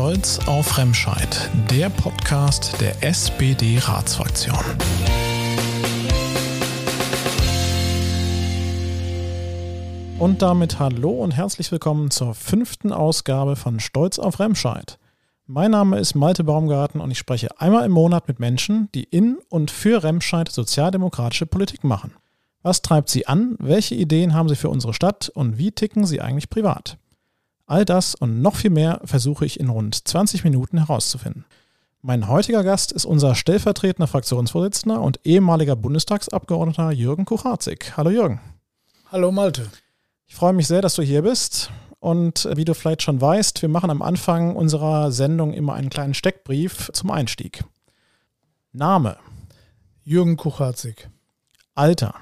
Stolz auf Remscheid, der Podcast der SPD-Ratsfraktion. Und damit hallo und herzlich willkommen zur 5. Ausgabe von Stolz auf Remscheid. Mein Name ist Malte Baumgarten und ich spreche einmal im Monat mit Menschen, die in und für Remscheid sozialdemokratische Politik machen. Was treibt sie an, welche Ideen haben sie für unsere Stadt und wie ticken sie eigentlich privat? All das und noch viel mehr versuche ich in rund 20 Minuten herauszufinden. Mein heutiger Gast ist unser stellvertretender Fraktionsvorsitzender und ehemaliger Bundestagsabgeordneter Jürgen Kucharczyk. Hallo Jürgen. Hallo Malte. Ich freue mich sehr, dass du hier bist und wie du vielleicht schon weißt, wir machen am Anfang unserer Sendung immer einen kleinen Steckbrief zum Einstieg. Name? Jürgen Kucharczyk. Alter?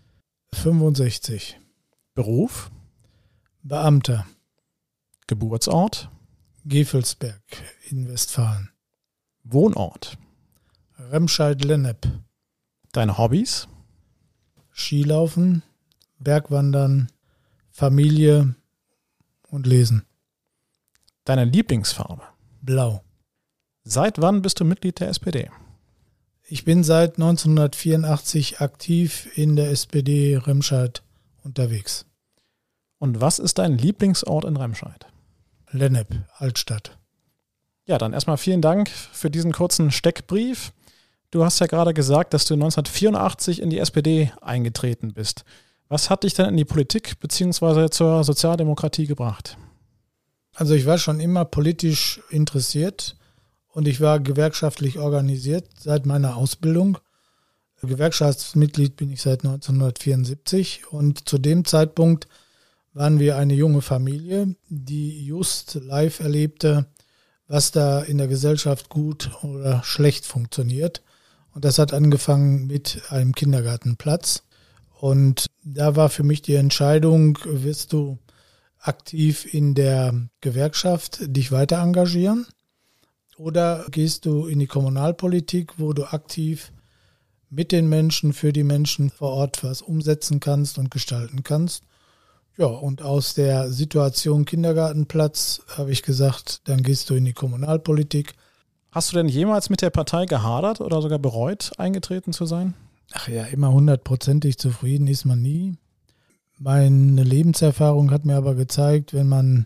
65. Beruf? Beamter. Geburtsort? Gevelsberg in Westfalen. Wohnort? Remscheid-Lennep. Deine Hobbys? Skilaufen, Bergwandern, Familie und Lesen. Deine Lieblingsfarbe? Blau. Seit wann bist du Mitglied der SPD? Ich bin seit 1984 aktiv in der SPD Remscheid unterwegs. Und was ist dein Lieblingsort in Remscheid? Lennep, Altstadt. Ja, dann erstmal vielen Dank für diesen kurzen Steckbrief. Du hast ja gerade gesagt, dass du 1984 in die SPD eingetreten bist. Was hat dich denn in die Politik bzw. zur Sozialdemokratie gebracht? Also ich war schon immer politisch interessiert und ich war gewerkschaftlich organisiert seit meiner Ausbildung. Gewerkschaftsmitglied bin ich seit 1974 und zu dem Zeitpunkt waren wir eine junge Familie, die just live erlebte, was da in der Gesellschaft gut oder schlecht funktioniert. Und das hat angefangen mit einem Kindergartenplatz. Und da war für mich die Entscheidung, wirst du aktiv in der Gewerkschaft dich weiter engagieren oder gehst du in die Kommunalpolitik, wo du aktiv mit den Menschen, für die Menschen vor Ort was umsetzen kannst und gestalten kannst. Ja, und aus der Situation Kindergartenplatz habe ich gesagt, dann gehst du in die Kommunalpolitik. Hast du denn jemals mit der Partei gehadert oder sogar bereut, eingetreten zu sein? Ach ja, immer 100%ig zufrieden ist man nie. Meine Lebenserfahrung hat mir aber gezeigt, wenn man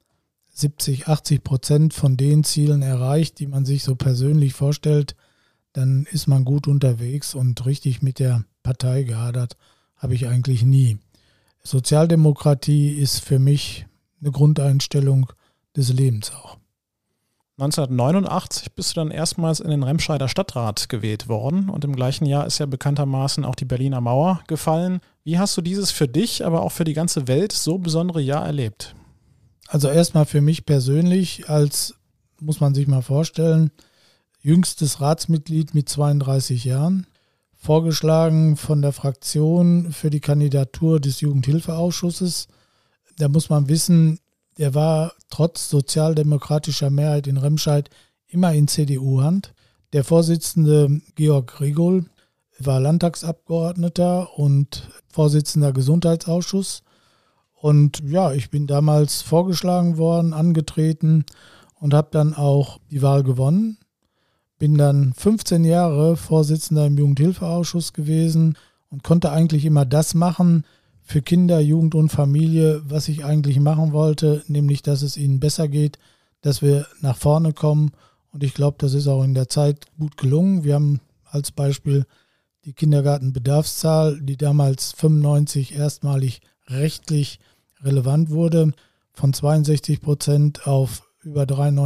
70-80% von den Zielen erreicht, die man sich so persönlich vorstellt, dann ist man gut unterwegs und richtig mit der Partei gehadert habe ich eigentlich nie. Sozialdemokratie ist für mich eine Grundeinstellung des Lebens auch. 1989 bist du dann erstmals in den Remscheider Stadtrat gewählt worden und im gleichen Jahr ist ja bekanntermaßen auch die Berliner Mauer gefallen. Wie hast du dieses für dich, aber auch für die ganze Welt so besondere Jahr erlebt? Also erstmal für mich persönlich, als, muss man sich mal vorstellen, jüngstes Ratsmitglied mit 32 Jahren, vorgeschlagen von der Fraktion für die Kandidatur des Jugendhilfeausschusses. Da muss man wissen, der war trotz sozialdemokratischer Mehrheit in Remscheid immer in CDU-Hand. Der Vorsitzende Georg Rigol war Landtagsabgeordneter und Vorsitzender Gesundheitsausschuss. Und ja, ich bin damals vorgeschlagen worden, angetreten und habe dann auch die Wahl gewonnen. Bin dann 15 Jahre Vorsitzender im Jugendhilfeausschuss gewesen und konnte eigentlich immer das machen für Kinder, Jugend und Familie, was ich eigentlich machen wollte, nämlich, dass es ihnen besser geht, dass wir nach vorne kommen. Und ich glaube, das ist auch in der Zeit gut gelungen. Wir haben als Beispiel die Kindergartenbedarfszahl, die damals 95 erstmalig rechtlich relevant wurde, von 62% auf über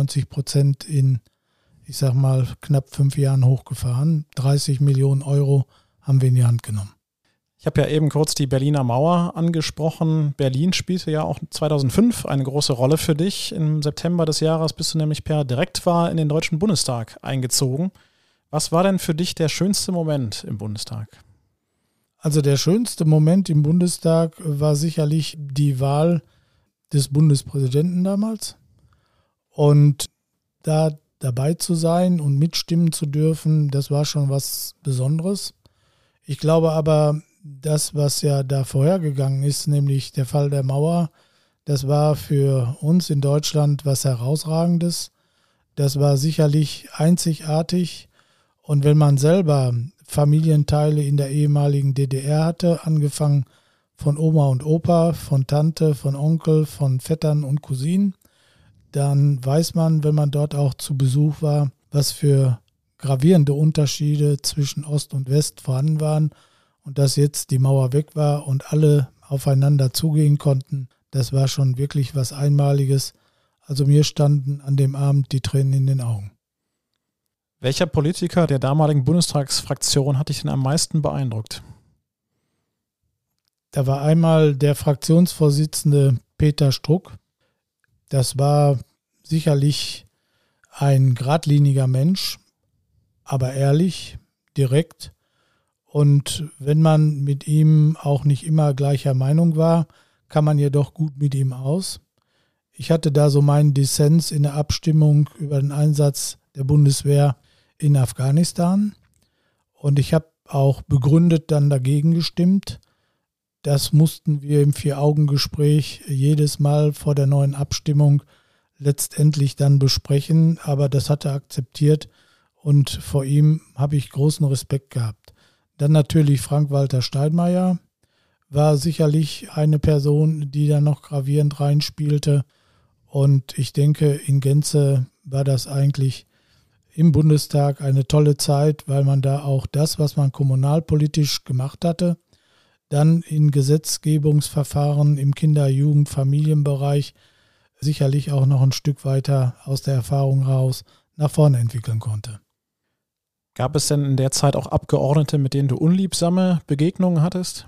93% in, ich sag mal, knapp 5 Jahren hochgefahren. 30 Millionen Euro haben wir in die Hand genommen. Ich habe ja eben kurz die Berliner Mauer angesprochen. Berlin spielte ja auch 2005 eine große Rolle für dich. Im September des Jahres bist du nämlich per Direktwahl in den Deutschen Bundestag eingezogen. Was war denn für dich der schönste Moment im Bundestag? Also der schönste Moment im Bundestag war sicherlich die Wahl des Bundespräsidenten damals. Und da dabei zu sein und mitstimmen zu dürfen, das war schon was Besonderes. Ich glaube aber, das, was ja da vorhergegangen ist, nämlich der Fall der Mauer, das war für uns in Deutschland was Herausragendes. Das war sicherlich einzigartig. Und wenn man selber Familienteile in der ehemaligen DDR hatte, angefangen von Oma und Opa, von Tante, von Onkel, von Vettern und Cousinen, dann weiß man, wenn man dort auch zu Besuch war, was für gravierende Unterschiede zwischen Ost und West vorhanden waren. Und dass jetzt die Mauer weg war und alle aufeinander zugehen konnten, das war schon wirklich was Einmaliges. Also mir standen an dem Abend die Tränen in den Augen. Welcher Politiker der damaligen Bundestagsfraktion hat dich denn am meisten beeindruckt? Da war einmal der Fraktionsvorsitzende Peter Struck. Das war sicherlich ein geradliniger Mensch, aber ehrlich, direkt. Und wenn man mit ihm auch nicht immer gleicher Meinung war, kam man jedoch gut mit ihm aus. Ich hatte da so meinen Dissens in der Abstimmung über den Einsatz der Bundeswehr in Afghanistan. Und ich habe auch begründet dann dagegen gestimmt. Das mussten wir im Vier-Augen-Gespräch jedes Mal vor der neuen Abstimmung letztendlich dann besprechen. Aber das hat er akzeptiert und vor ihm habe ich großen Respekt gehabt. Dann natürlich Frank-Walter Steinmeier war sicherlich eine Person, die da noch gravierend reinspielte. Und ich denke, in Gänze war das eigentlich im Bundestag eine tolle Zeit, weil man da auch das, was man kommunalpolitisch gemacht hatte, dann in Gesetzgebungsverfahren im Kinder-, Jugend-, Familienbereich sicherlich auch noch ein Stück weiter aus der Erfahrung heraus nach vorne entwickeln konnte. Gab es denn in der Zeit auch Abgeordnete, mit denen du unliebsame Begegnungen hattest?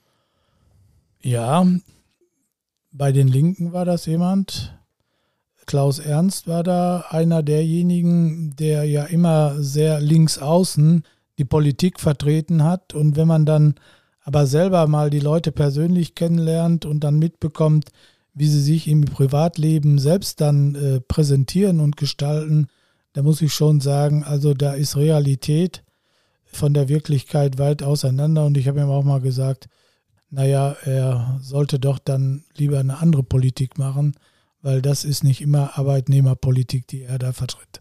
Ja, bei den Linken war das jemand. Klaus Ernst war da einer derjenigen, der ja immer sehr links außen die Politik vertreten hat. Und wenn man dann aber selber mal die Leute persönlich kennenlernt und dann mitbekommt, wie sie sich im Privatleben selbst dann präsentieren und gestalten, da muss ich schon sagen, also da ist Realität von der Wirklichkeit weit auseinander. Und ich habe ihm auch mal gesagt, naja, er sollte doch dann lieber eine andere Politik machen, weil das ist nicht immer Arbeitnehmerpolitik, die er da vertritt.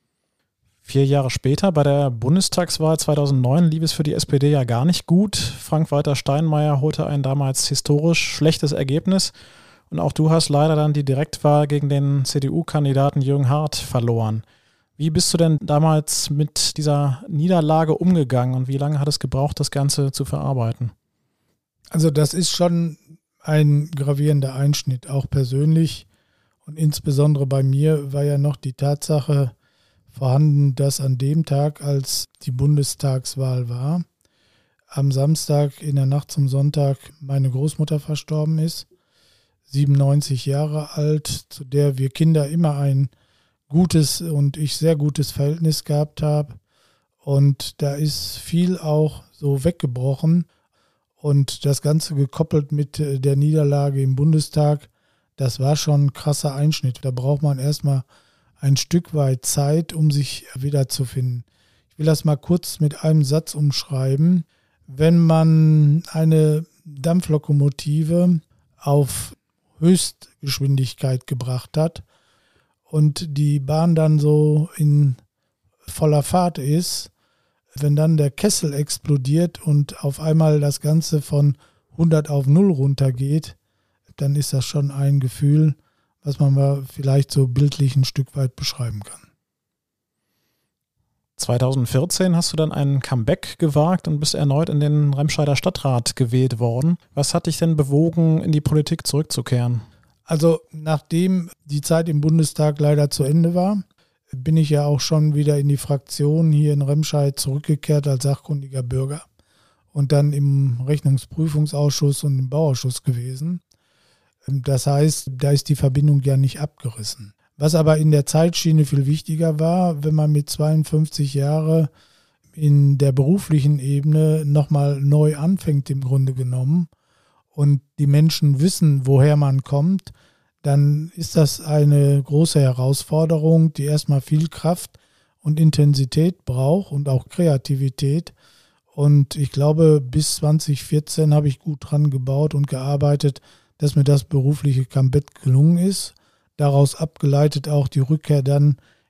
4 Jahre später, bei der Bundestagswahl 2009, lief es für die SPD ja gar nicht gut. Frank-Walter Steinmeier holte ein damals historisch schlechtes Ergebnis. Und auch du hast leider dann die Direktwahl gegen den CDU-Kandidaten Jürgen Hart verloren. Wie bist du denn damals mit dieser Niederlage umgegangen und wie lange hat es gebraucht, das Ganze zu verarbeiten? Also das ist schon ein gravierender Einschnitt, auch persönlich. Und insbesondere bei mir war ja noch die Tatsache vorhanden, dass an dem Tag, als die Bundestagswahl war, am Samstag in der Nacht zum Sonntag meine Großmutter verstorben ist, 97 Jahre alt, zu der wir Kinder immer ein gutes und ich sehr gutes Verhältnis gehabt habe. Und da ist viel auch so weggebrochen. Und das Ganze gekoppelt mit der Niederlage im Bundestag, das war schon ein krasser Einschnitt. Da braucht man erstmal ein Stück weit Zeit, um sich wiederzufinden. Ich will das mal kurz mit einem Satz umschreiben. Wenn man eine Dampflokomotive auf Höchstgeschwindigkeit gebracht hat und die Bahn dann so in voller Fahrt ist, wenn dann der Kessel explodiert und auf einmal das Ganze von 100 auf 0 runtergeht, dann ist das schon ein Gefühl, was man mal vielleicht so bildlich ein Stück weit beschreiben kann. 2014 hast du dann ein Comeback gewagt und bist erneut in den Remscheider Stadtrat gewählt worden. Was hat dich denn bewogen, in die Politik zurückzukehren? Also nachdem die Zeit im Bundestag leider zu Ende war, bin ich ja auch schon wieder in die Fraktion hier in Remscheid zurückgekehrt als sachkundiger Bürger und dann im Rechnungsprüfungsausschuss und im Bauausschuss gewesen. Das heißt, da ist die Verbindung ja nicht abgerissen. Was aber in der Zeitschiene viel wichtiger war, wenn man mit 52 Jahren in der beruflichen Ebene nochmal neu anfängt im Grunde genommen und die Menschen wissen, woher man kommt, dann ist das eine große Herausforderung, die erstmal viel Kraft und Intensität braucht und auch Kreativität. Und ich glaube, bis 2014 habe ich gut dran gebaut und gearbeitet, dass mir das berufliche Comeback gelungen ist. Daraus abgeleitet auch die Rückkehr dann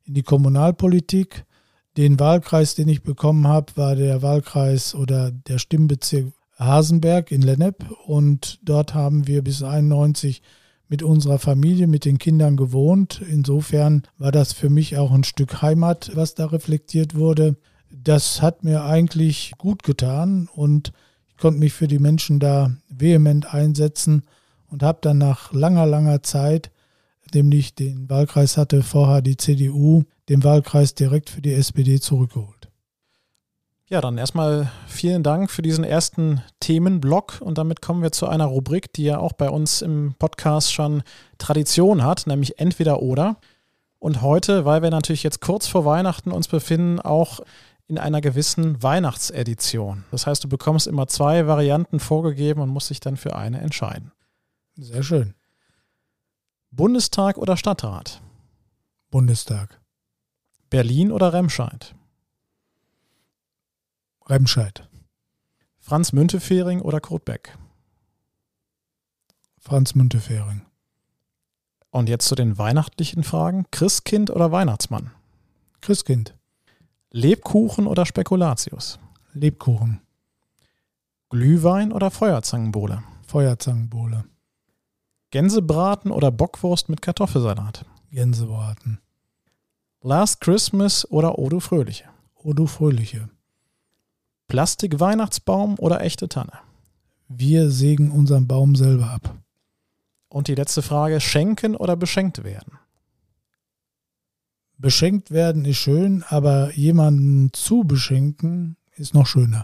in die Kommunalpolitik. Den Wahlkreis, den ich bekommen habe, war der Wahlkreis oder der Stimmbezirk Hasenberg in Lennep. Und dort haben wir bis 1991 mit unserer Familie, mit den Kindern gewohnt. Insofern war das für mich auch ein Stück Heimat, was da reflektiert wurde. Das hat mir eigentlich gut getan und ich konnte mich für die Menschen da vehement einsetzen und habe dann nach langer, langer Zeit, nachdem ich den Wahlkreis hatte, vorher die CDU, den Wahlkreis direkt für die SPD zurückgeholt. Ja, dann erstmal vielen Dank für diesen ersten Themenblock und damit kommen wir zu einer Rubrik, die ja auch bei uns im Podcast schon Tradition hat, nämlich Entweder oder. Und heute, weil wir natürlich jetzt kurz vor Weihnachten uns befinden, auch in einer gewissen Weihnachtsedition. Das heißt, du bekommst immer 2 Varianten vorgegeben und musst dich dann für eine entscheiden. Sehr schön. Bundestag oder Stadtrat? Bundestag. Berlin oder Remscheid? Remscheid. Franz Müntefering oder Kurt Beck? Franz Müntefering. Und jetzt zu den weihnachtlichen Fragen. Christkind oder Weihnachtsmann? Christkind. Lebkuchen oder Spekulatius? Lebkuchen. Glühwein oder Feuerzangenbowle? Feuerzangenbowle. Gänsebraten oder Bockwurst mit Kartoffelsalat? Gänsebraten. Last Christmas oder O du Fröhliche? O du Fröhliche. Plastik-Weihnachtsbaum oder echte Tanne? Wir sägen unseren Baum selber ab. Und die letzte Frage, schenken oder beschenkt werden? Beschenkt werden ist schön, aber jemanden zu beschenken ist noch schöner.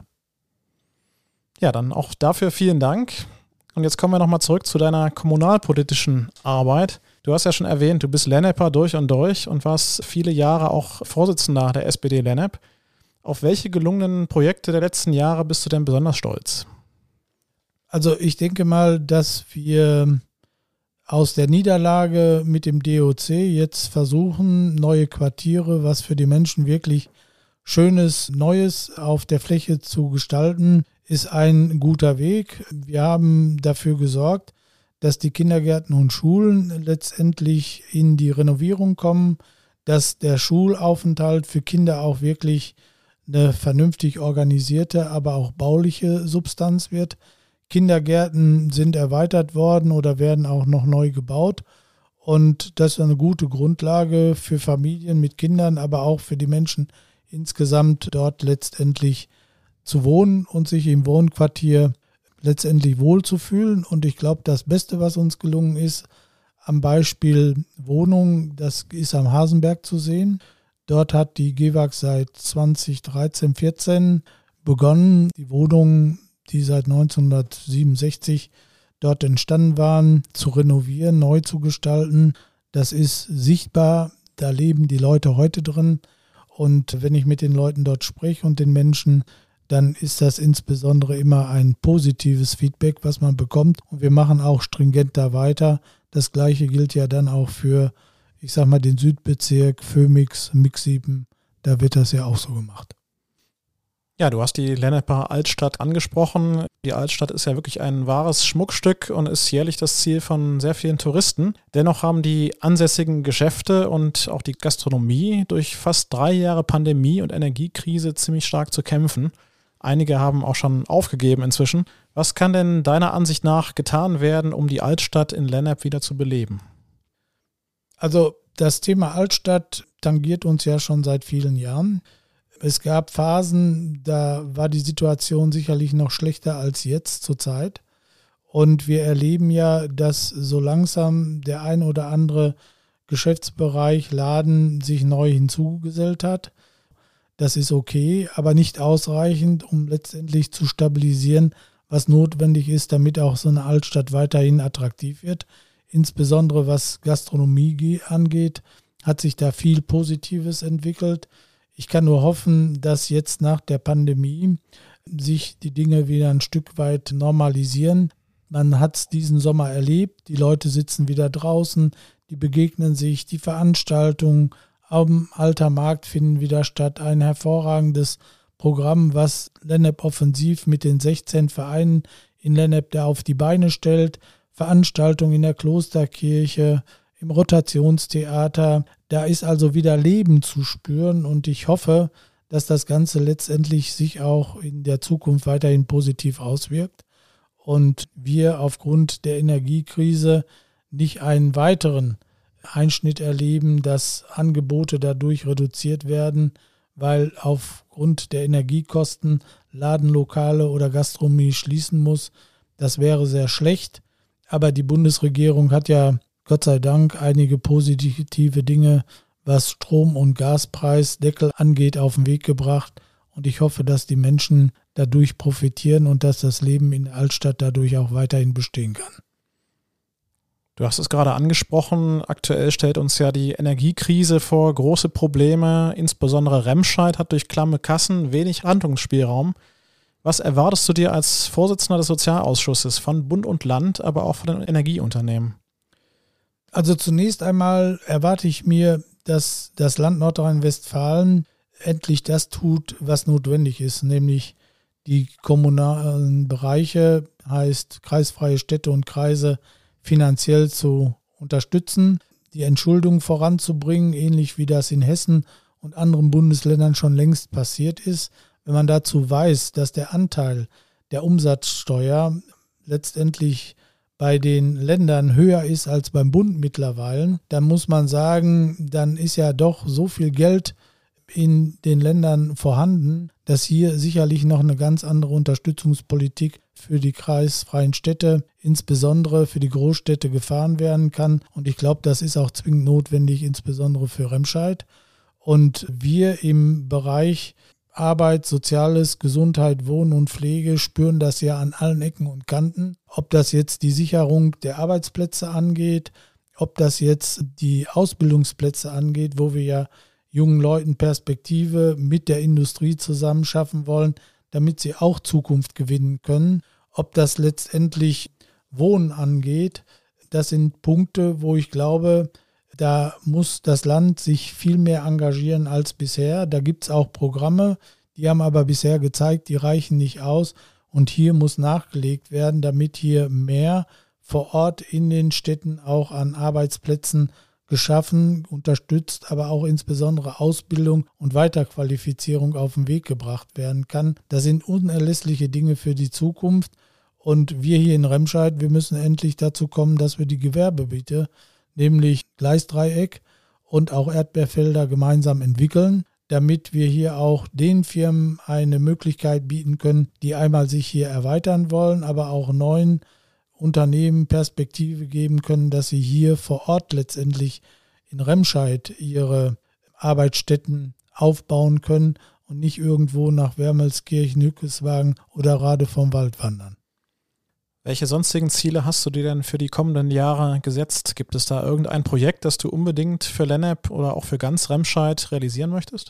Ja, dann auch dafür vielen Dank. Und jetzt kommen wir nochmal zurück zu deiner kommunalpolitischen Arbeit. Du hast ja schon erwähnt, du bist Lenneper durch und warst viele Jahre auch Vorsitzender der SPD Lennep. Auf welche gelungenen Projekte der letzten Jahre bist du denn besonders stolz? Also ich denke mal, dass wir aus der Niederlage mit dem DOC jetzt versuchen, neue Quartiere, was für die Menschen wirklich Schönes, Neues auf der Fläche zu gestalten, ist ein guter Weg. Wir haben dafür gesorgt, dass die Kindergärten und Schulen letztendlich in die Renovierung kommen, dass der Schulaufenthalt für Kinder auch wirklich eine vernünftig organisierte, aber auch bauliche Substanz wird. Kindergärten sind erweitert worden oder werden auch noch neu gebaut. Und das ist eine gute Grundlage für Familien mit Kindern, aber auch für die Menschen insgesamt dort letztendlich zu wohnen und sich im Wohnquartier letztendlich wohlzufühlen. Und ich glaube, das Beste, was uns gelungen ist, am Beispiel Wohnung, das ist am Hasenberg zu sehen. Dort hat die GEWAG seit 2013, 14 begonnen, die Wohnungen, die seit 1967 dort entstanden waren, zu renovieren, neu zu gestalten. Das ist sichtbar, da leben die Leute heute drin. Und wenn ich mit den Leuten dort spreche und den Menschen, dann ist das insbesondere immer ein positives Feedback, was man bekommt. Und wir machen auch stringent da weiter. Das Gleiche gilt ja dann auch für, ich sag mal, den Südbezirk, Phoenix, Mix-Sieben. Da wird das ja auch so gemacht. Ja, du hast die Lenneper Altstadt angesprochen. Die Altstadt ist ja wirklich ein wahres Schmuckstück und ist jährlich das Ziel von sehr vielen Touristen. Dennoch haben die ansässigen Geschäfte und auch die Gastronomie durch fast 3 Jahre Pandemie und Energiekrise ziemlich stark zu kämpfen. Einige haben auch schon aufgegeben inzwischen. Was kann denn deiner Ansicht nach getan werden, um die Altstadt in Lennep wieder zu beleben? Also das Thema Altstadt tangiert uns ja schon seit vielen Jahren. Es gab Phasen, da war die Situation sicherlich noch schlechter als jetzt zurzeit. Und wir erleben ja, dass so langsam der ein oder andere Geschäftsbereich, Laden sich neu hinzugesellt hat. Das ist okay, aber nicht ausreichend, um letztendlich zu stabilisieren, was notwendig ist, damit auch so eine Altstadt weiterhin attraktiv wird. Insbesondere was Gastronomie angeht, hat sich da viel Positives entwickelt. Ich kann nur hoffen, dass jetzt nach der Pandemie sich die Dinge wieder ein Stück weit normalisieren. Man hat es diesen Sommer erlebt, die Leute sitzen wieder draußen, die begegnen sich, die Veranstaltungen am Alter Markt finden wieder statt. Ein hervorragendes Programm, was Lennep offensiv mit den 16 Vereinen in Lennep da auf die Beine stellt. Veranstaltungen in der Klosterkirche, im Rotationstheater. Da ist also wieder Leben zu spüren und ich hoffe, dass das Ganze letztendlich sich auch in der Zukunft weiterhin positiv auswirkt und wir aufgrund der Energiekrise nicht einen weiteren Einschnitt erleben, dass Angebote dadurch reduziert werden, weil aufgrund der Energiekosten Ladenlokale oder Gastronomie schließen muss. Das wäre sehr schlecht, aber die Bundesregierung hat ja Gott sei Dank einige positive Dinge, was Strom- und Gaspreisdeckel angeht, auf den Weg gebracht. Und ich hoffe, dass die Menschen dadurch profitieren und dass das Leben in der Altstadt dadurch auch weiterhin bestehen kann. Du hast es gerade angesprochen, aktuell stellt uns ja die Energiekrise vor große Probleme. Insbesondere Remscheid hat durch klamme Kassen wenig Handlungsspielraum. Was erwartest du dir als Vorsitzender des Sozialausschusses von Bund und Land, aber auch von den Energieunternehmen? Also zunächst einmal erwarte ich mir, dass das Land Nordrhein-Westfalen endlich das tut, was notwendig ist, nämlich die kommunalen Bereiche, heißt kreisfreie Städte und Kreise, finanziell zu unterstützen, die Entschuldung voranzubringen, ähnlich wie das in Hessen und anderen Bundesländern schon längst passiert ist. Wenn man dazu weiß, dass der Anteil der Umsatzsteuer letztendlich bei den Ländern höher ist als beim Bund mittlerweile, dann muss man sagen, dann ist ja doch so viel Geld in den Ländern vorhanden, dass hier sicherlich noch eine ganz andere Unterstützungspolitik für die kreisfreien Städte, insbesondere für die Großstädte, gefahren werden kann. Und ich glaube, das ist auch zwingend notwendig, insbesondere für Remscheid. Und wir im Bereich Arbeit, Soziales, Gesundheit, Wohnen und Pflege spüren das ja an allen Ecken und Kanten. Ob das jetzt die Sicherung der Arbeitsplätze angeht, ob das jetzt die Ausbildungsplätze angeht, wo wir ja jungen Leuten Perspektive mit der Industrie zusammen schaffen wollen, damit sie auch Zukunft gewinnen können. Ob das letztendlich Wohnen angeht, das sind Punkte, wo ich glaube, da muss das Land sich viel mehr engagieren als bisher. Da gibt es auch Programme, die haben aber bisher gezeigt, die reichen nicht aus. Und hier muss nachgelegt werden, damit hier mehr vor Ort in den Städten auch an Arbeitsplätzen geschaffen, unterstützt, aber auch insbesondere Ausbildung und Weiterqualifizierung auf den Weg gebracht werden kann. Das sind unerlässliche Dinge für die Zukunft. Und wir hier in Remscheid, wir müssen endlich dazu kommen, dass wir die Gewerbegebiete, nämlich Gleisdreieck und auch Erdbeerfelder, gemeinsam entwickeln, damit wir hier auch den Firmen eine Möglichkeit bieten können, die einmal sich hier erweitern wollen, aber auch neuen Unternehmen Perspektive geben können, dass sie hier vor Ort letztendlich in Remscheid ihre Arbeitsstätten aufbauen können und nicht irgendwo nach Wermelskirchen, Hückeswagen oder Rade vom Wald wandern. Welche sonstigen Ziele hast du dir denn für die kommenden Jahre gesetzt? Gibt es da irgendein Projekt, das du unbedingt für Lennep oder auch für ganz Remscheid realisieren möchtest?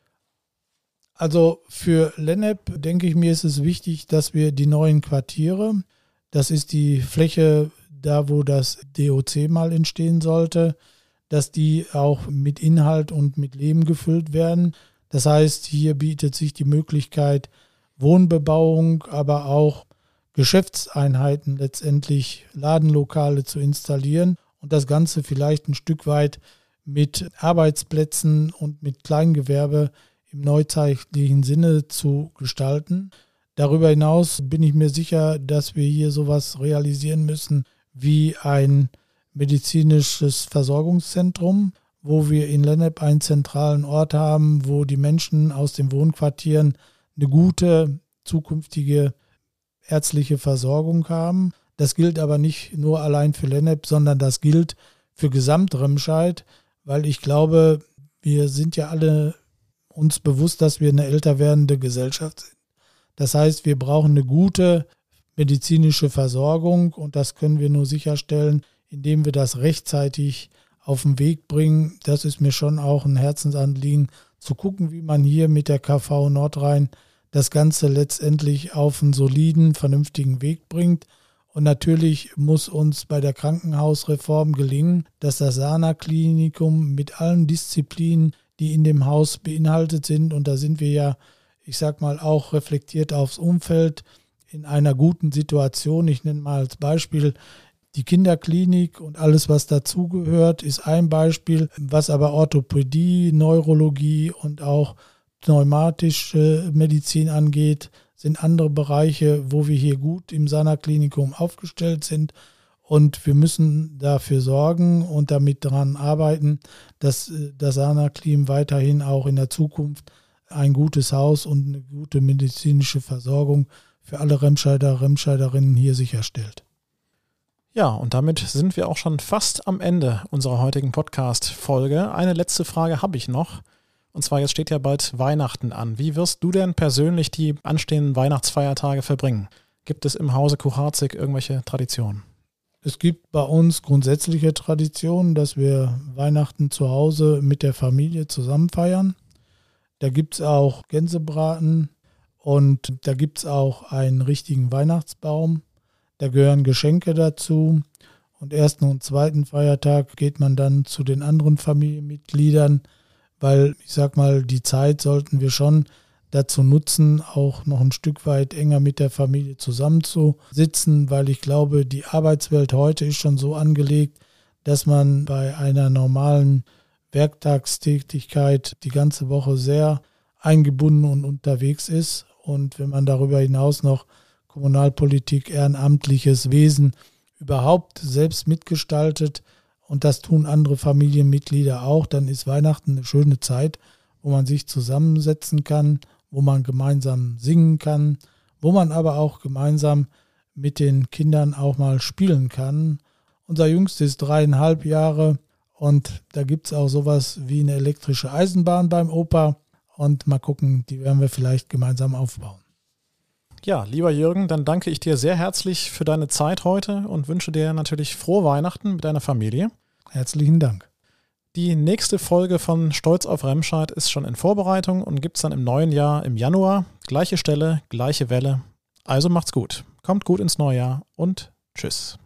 Also für Lennep, denke ich mir, ist es wichtig, dass wir die neuen Quartiere, das ist die Fläche da, wo das DOC mal entstehen sollte, dass die auch mit Inhalt und mit Leben gefüllt werden. Das heißt, hier bietet sich die Möglichkeit, Wohnbebauung, aber auch Geschäftseinheiten, letztendlich Ladenlokale zu installieren und das Ganze vielleicht ein Stück weit mit Arbeitsplätzen und mit Kleingewerbe im neuzeitlichen Sinne zu gestalten. Darüber hinaus bin ich mir sicher, dass wir hier sowas realisieren müssen wie ein medizinisches Versorgungszentrum, wo wir in Lennep einen zentralen Ort haben, wo die Menschen aus den Wohnquartieren eine gute zukünftige ärztliche Versorgung haben. Das gilt aber nicht nur allein für Lennep, sondern das gilt für Gesamt-Remscheid, weil ich glaube, wir sind ja alle uns bewusst, dass wir eine älter werdende Gesellschaft sind. Das heißt, wir brauchen eine gute medizinische Versorgung und das können wir nur sicherstellen, indem wir das rechtzeitig auf den Weg bringen. Das ist mir schon auch ein Herzensanliegen, zu gucken, wie man hier mit der KV Nordrhein das Ganze letztendlich auf einen soliden, vernünftigen Weg bringt. Und natürlich muss uns bei der Krankenhausreform gelingen, dass das Sana-Klinikum mit allen Disziplinen, die in dem Haus beinhaltet sind, und da sind wir ja, ich sag mal, auch reflektiert aufs Umfeld, in einer guten Situation. Ich nenne mal als Beispiel Die Kinderklinik und alles, was dazugehört, ist ein Beispiel. Was aber Orthopädie, Neurologie und auch pneumatische Medizin angeht, sind andere Bereiche, wo wir hier gut im Sana-Klinikum aufgestellt sind. Und wir müssen dafür sorgen und damit daran arbeiten, dass das Sana-Klinikum weiterhin auch in der Zukunft ein gutes Haus und eine gute medizinische Versorgung für alle Remscheider-Remscheiderinnen hier sicherstellt. Ja, und damit sind wir auch schon fast am Ende unserer heutigen Podcast-Folge. Eine letzte Frage habe ich noch. Und zwar, jetzt steht ja bald Weihnachten an. Wie wirst du denn persönlich die anstehenden Weihnachtsfeiertage verbringen? Gibt es im Hause Kucharzig irgendwelche Traditionen? Es gibt bei uns grundsätzliche Traditionen, dass wir Weihnachten zu Hause mit der Familie zusammen feiern. Da gibt es auch Gänsebraten und da gibt es auch einen richtigen Weihnachtsbaum. Da gehören Geschenke dazu. Und ersten und zweiten Feiertag geht man dann zu den anderen Familienmitgliedern, weil ich sag mal, die Zeit sollten wir schon dazu nutzen, auch noch ein Stück weit enger mit der Familie zusammenzusitzen, weil ich glaube, die Arbeitswelt heute ist schon so angelegt, dass man bei einer normalen Werktagstätigkeit die ganze Woche sehr eingebunden und unterwegs ist. Und wenn man darüber hinaus noch Kommunalpolitik, ehrenamtliches Wesen überhaupt selbst mitgestaltet und das tun andere Familienmitglieder auch, dann ist Weihnachten eine schöne Zeit, wo man sich zusammensetzen kann, wo man gemeinsam singen kann, wo man aber auch gemeinsam mit den Kindern auch mal spielen kann. Unser Jüngster ist 3,5 Jahre und da gibt es auch sowas wie eine elektrische Eisenbahn beim Opa und mal gucken, die werden wir vielleicht gemeinsam aufbauen. Ja, lieber Jürgen, dann danke ich dir sehr herzlich für deine Zeit heute und wünsche dir natürlich frohe Weihnachten mit deiner Familie. Herzlichen Dank. Die nächste Folge von Stolz auf Remscheid ist schon in Vorbereitung und gibt es dann im neuen Jahr im Januar. Gleiche Stelle, gleiche Welle. Also macht's gut. Kommt gut ins neue Jahr und tschüss.